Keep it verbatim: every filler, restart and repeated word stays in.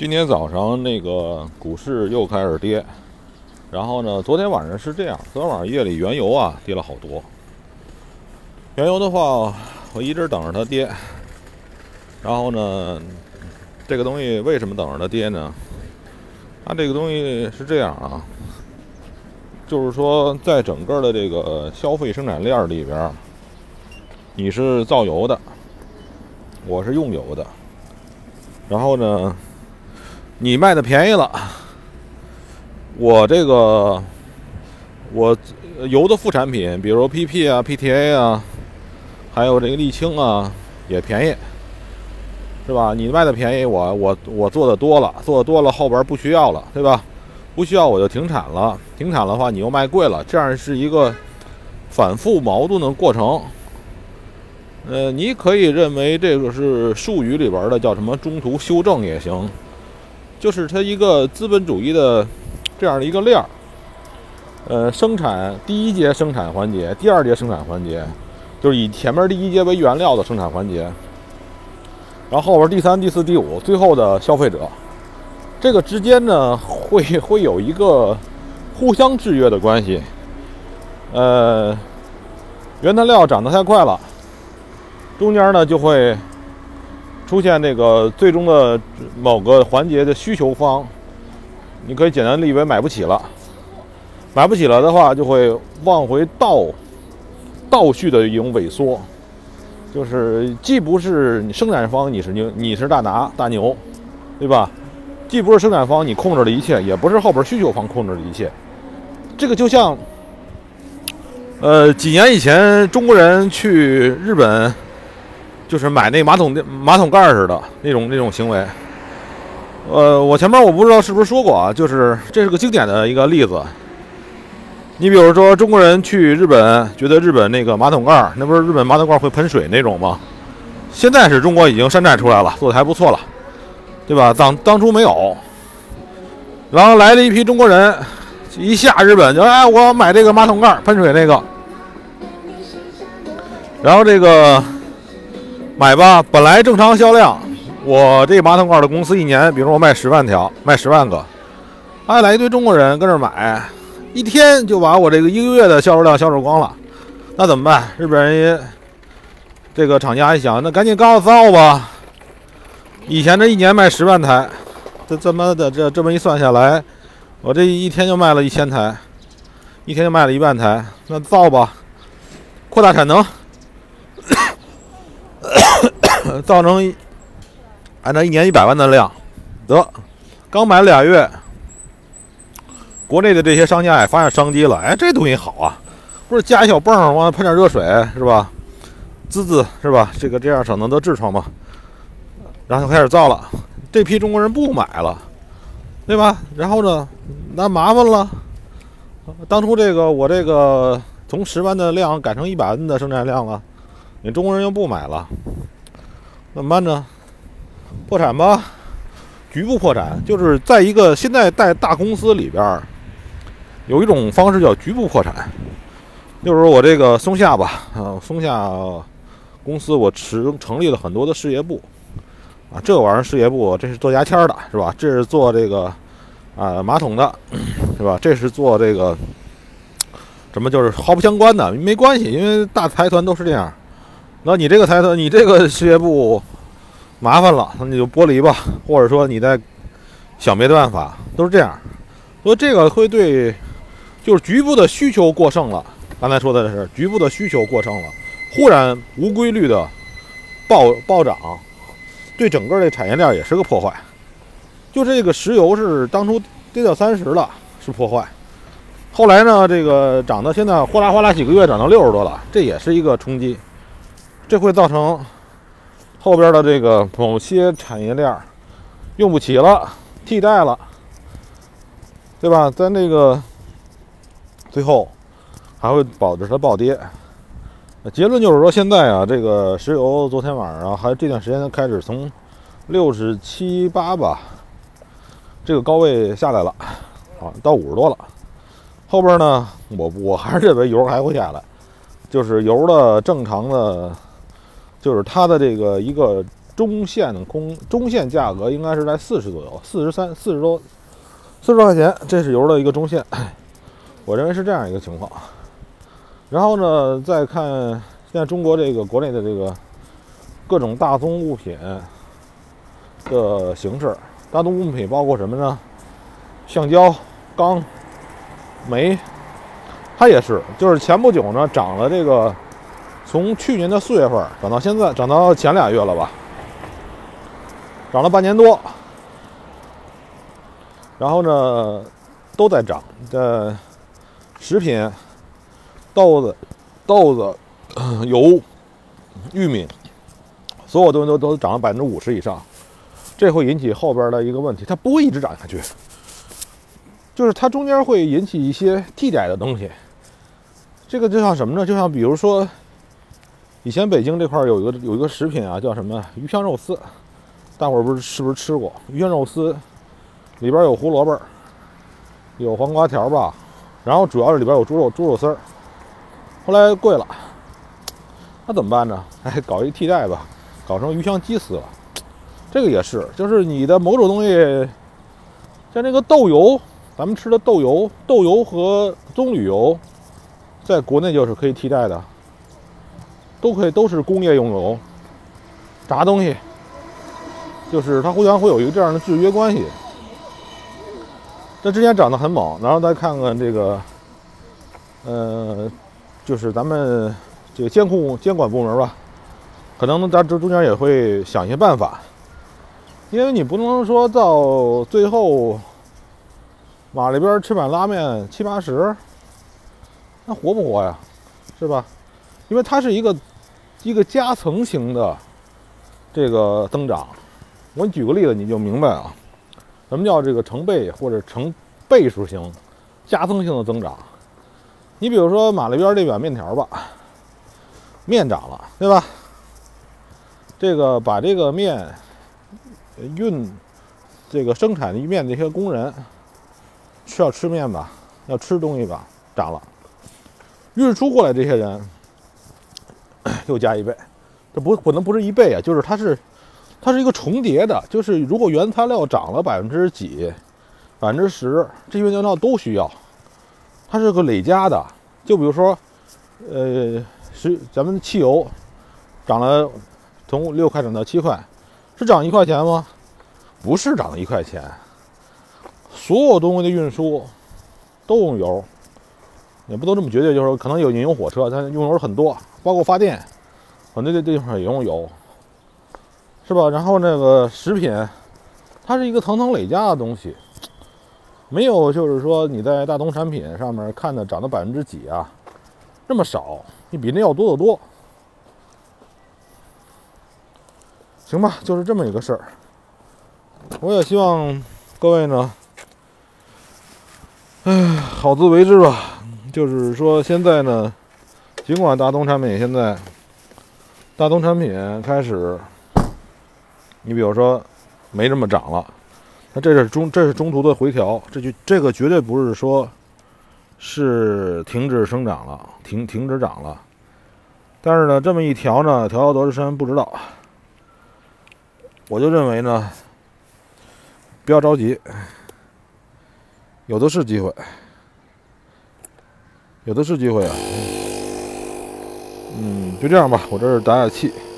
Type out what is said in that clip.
今天早上那个股市又开始跌，然后呢，昨天晚上是这样，昨天晚上夜里原油啊跌了好多。原油的话，我一直等着它跌，然后呢，这个东西为什么等着它跌呢？它这个东西是这样啊，就是说在整个的这个消费生产链里边，你是造油的，我是用油的，然后呢，你卖的便宜了，我这个我油的副产品，比如 P P 啊、P T A 啊，还有这个沥青啊，也便宜，是吧？你卖的便宜，我我我做的多了，做的多了，后边不需要了，对吧？不需要我就停产了，停产的话你又卖贵了，这样是一个反复矛盾的过程。呃，你可以认为这个是术语里边的叫什么中途修正也行，就是它一个资本主义的这样的一个链儿。呃，生产第一节生产环节，第二节生产环节，就是以前面第一节为原料的生产环节，然后后边第三、第四、第五，最后的消费者，这个之间呢会会有一个互相制约的关系。呃，原材料涨得太快了，中间呢就会出现这个最终的某个环节的需求方，你可以简单理为买不起了，买不起了的话就会往回倒倒序的一种萎缩，就是既不是你生产方你是牛你是大拿大牛，对吧？既不是生产方你控制了一切，也不是后边需求方控制了一切。这个就像呃几年以前中国人去日本就是买那马桶马桶盖似的那种那种行为。呃，我前面我不知道是不是说过啊，就是这是个经典的一个例子。你比如说中国人去日本，觉得日本那个马桶盖，那不是日本马桶盖会喷水那种吗？现在是中国已经山寨出来了，做的还不错了，对吧？当当初没有，然后来了一批中国人，一下日本就哎，我要买这个马桶盖喷水那个，然后这个买吧，本来正常销量，我这马桶盖的公司一年，比如我卖十万条，卖十万个，哎，来一堆中国人跟这买，一天就把我这个一个月的销售量销售光了，那怎么办？日本人也这个厂家一想，那赶紧告诉造吧。以前这一年卖十万台，这这么的这这么一算下来，我这一天就卖了一千台，一天就卖了一万台，那造吧，扩大产能。造成按照一年一百万的量，得刚买了俩月，国内的这些商家也发现商机了，哎，这东西好啊，不是加一小泵往喷点热水是吧？滋滋是吧？这个这样省得得痔疮嘛，然后就开始造了。这批中国人不买了，对吧？然后呢，那麻烦了。当初这个我这个从十万的量改成一百万的生产量了，你中国人又不买了。怎么办呢？破产吧，局部破产，就是在一个现在在大公司里边有一种方式叫局部破产，就是说我这个松下吧，啊，松下公司我成成立了很多的事业部，啊，这玩意儿事业部，这是做牙签的，是吧？这是做这个啊马桶的，是吧？这是做这个什么就是毫不相关的，没关系，因为大财团都是这样。那你这个财团，你这个事业部麻烦了，那你就剥离吧，或者说你再想别的办法，都是这样。所以这个会对，就是局部的需求过剩了。刚才说的是局部的需求过剩了，忽然无规律的暴暴涨，对整个这产业链也是个破坏。就这个石油是当初跌到三十了，是破坏。后来呢，这个涨到现在哗啦哗啦几个月涨到六十多了，这也是一个冲击。这会造成后边的这个某些产业链用不起了，替代了，对吧？在那个最后还会保持它暴跌。结论就是说，现在啊，这个石油昨天晚上还这段时间开始从六十七八吧，这个高位下来了，啊，到五十多了。后边呢，我我还是认为油还会下来，就是油的正常的。就是它的这个一个中线的空中线价格应该是在四十左右，四十三、四十多、四十多块钱，这是油的一个中线，我认为是这样一个情况。然后呢，再看现在中国这个国内的这个各种大宗物品的形式，大宗物品包括什么呢？橡胶、钢、煤，它也是，就是前不久呢涨了这个，从去年的四月份涨到现在，涨到前俩月了吧，涨了半年多。然后呢，都在涨，这食品、豆子、豆子、油、玉米，所有东西都都涨了百分之五十以上，这会引起后边的一个问题，它不会一直涨下去，就是它中间会引起一些替代的东西。这个就像什么呢？就像比如说，以前北京这块有一个有一个食品啊，叫什么鱼香肉丝，大伙儿不是是不是吃过？鱼香肉丝里边有胡萝卜，有黄瓜条吧，然后主要是里边有猪肉猪肉丝儿。后来贵了，那怎么办呢？哎，搞一替代吧，搞成鱼香鸡丝了。这个也是，就是你的某种东西，像那个豆油，咱们吃的豆油，豆油和棕榈油，在国内就是可以替代的，都可以，都是工业用油，炸东西，就是它互相会有一个这样的制约关系。这之前涨得很猛，然后再看看这个，呃，就是咱们这个监控监管部门吧，可能咱这中间也会想一些办法，因为你不能说到最后马里边吃碗拉面七八十，那活不活呀？是吧？因为它是一个一个夹层型的这个增长。我举个例子你就明白啊。什么叫这个成倍或者成倍数型、夹层性的增长？你比如说马路边这碗面条吧，面涨了，对吧？这个把这个面运这个生产面的一些工人是要吃面吧，要吃东西吧，涨了。运输过来这些人又加一倍，这不可能不是一倍啊，就是它是。它是一个重叠的，就是如果原材料涨了百分之几、百分之十，这些原材料都需要，它是个累加的。就比如说，呃，是咱们汽油涨了，从六块涨到七块，是涨一块钱吗？不是涨了一块钱，所有东西的运输都用油，也不都这么绝对，就是说可能有引用火车，它用油很多，包括发电，很多这地方也用油。是吧？然后那个食品，它是一个层层累加的东西，没有就是说你在大宗产品上面看的涨到百分之几啊，这么少，你比那要多得多。行吧，就是这么一个事儿。我也希望各位呢，唉，好自为之吧。就是说现在呢，尽管大宗产品现在大宗产品开始。你比如说，没这么涨了，那这是中这是中途的回调，这就这个绝对不是说，是停止生长了，停停止涨了。但是呢，这么一调呢，调到多少深不知道。我就认为呢，不要着急，有的是机会，有的是机会啊。嗯，就这样吧，我这是打打气。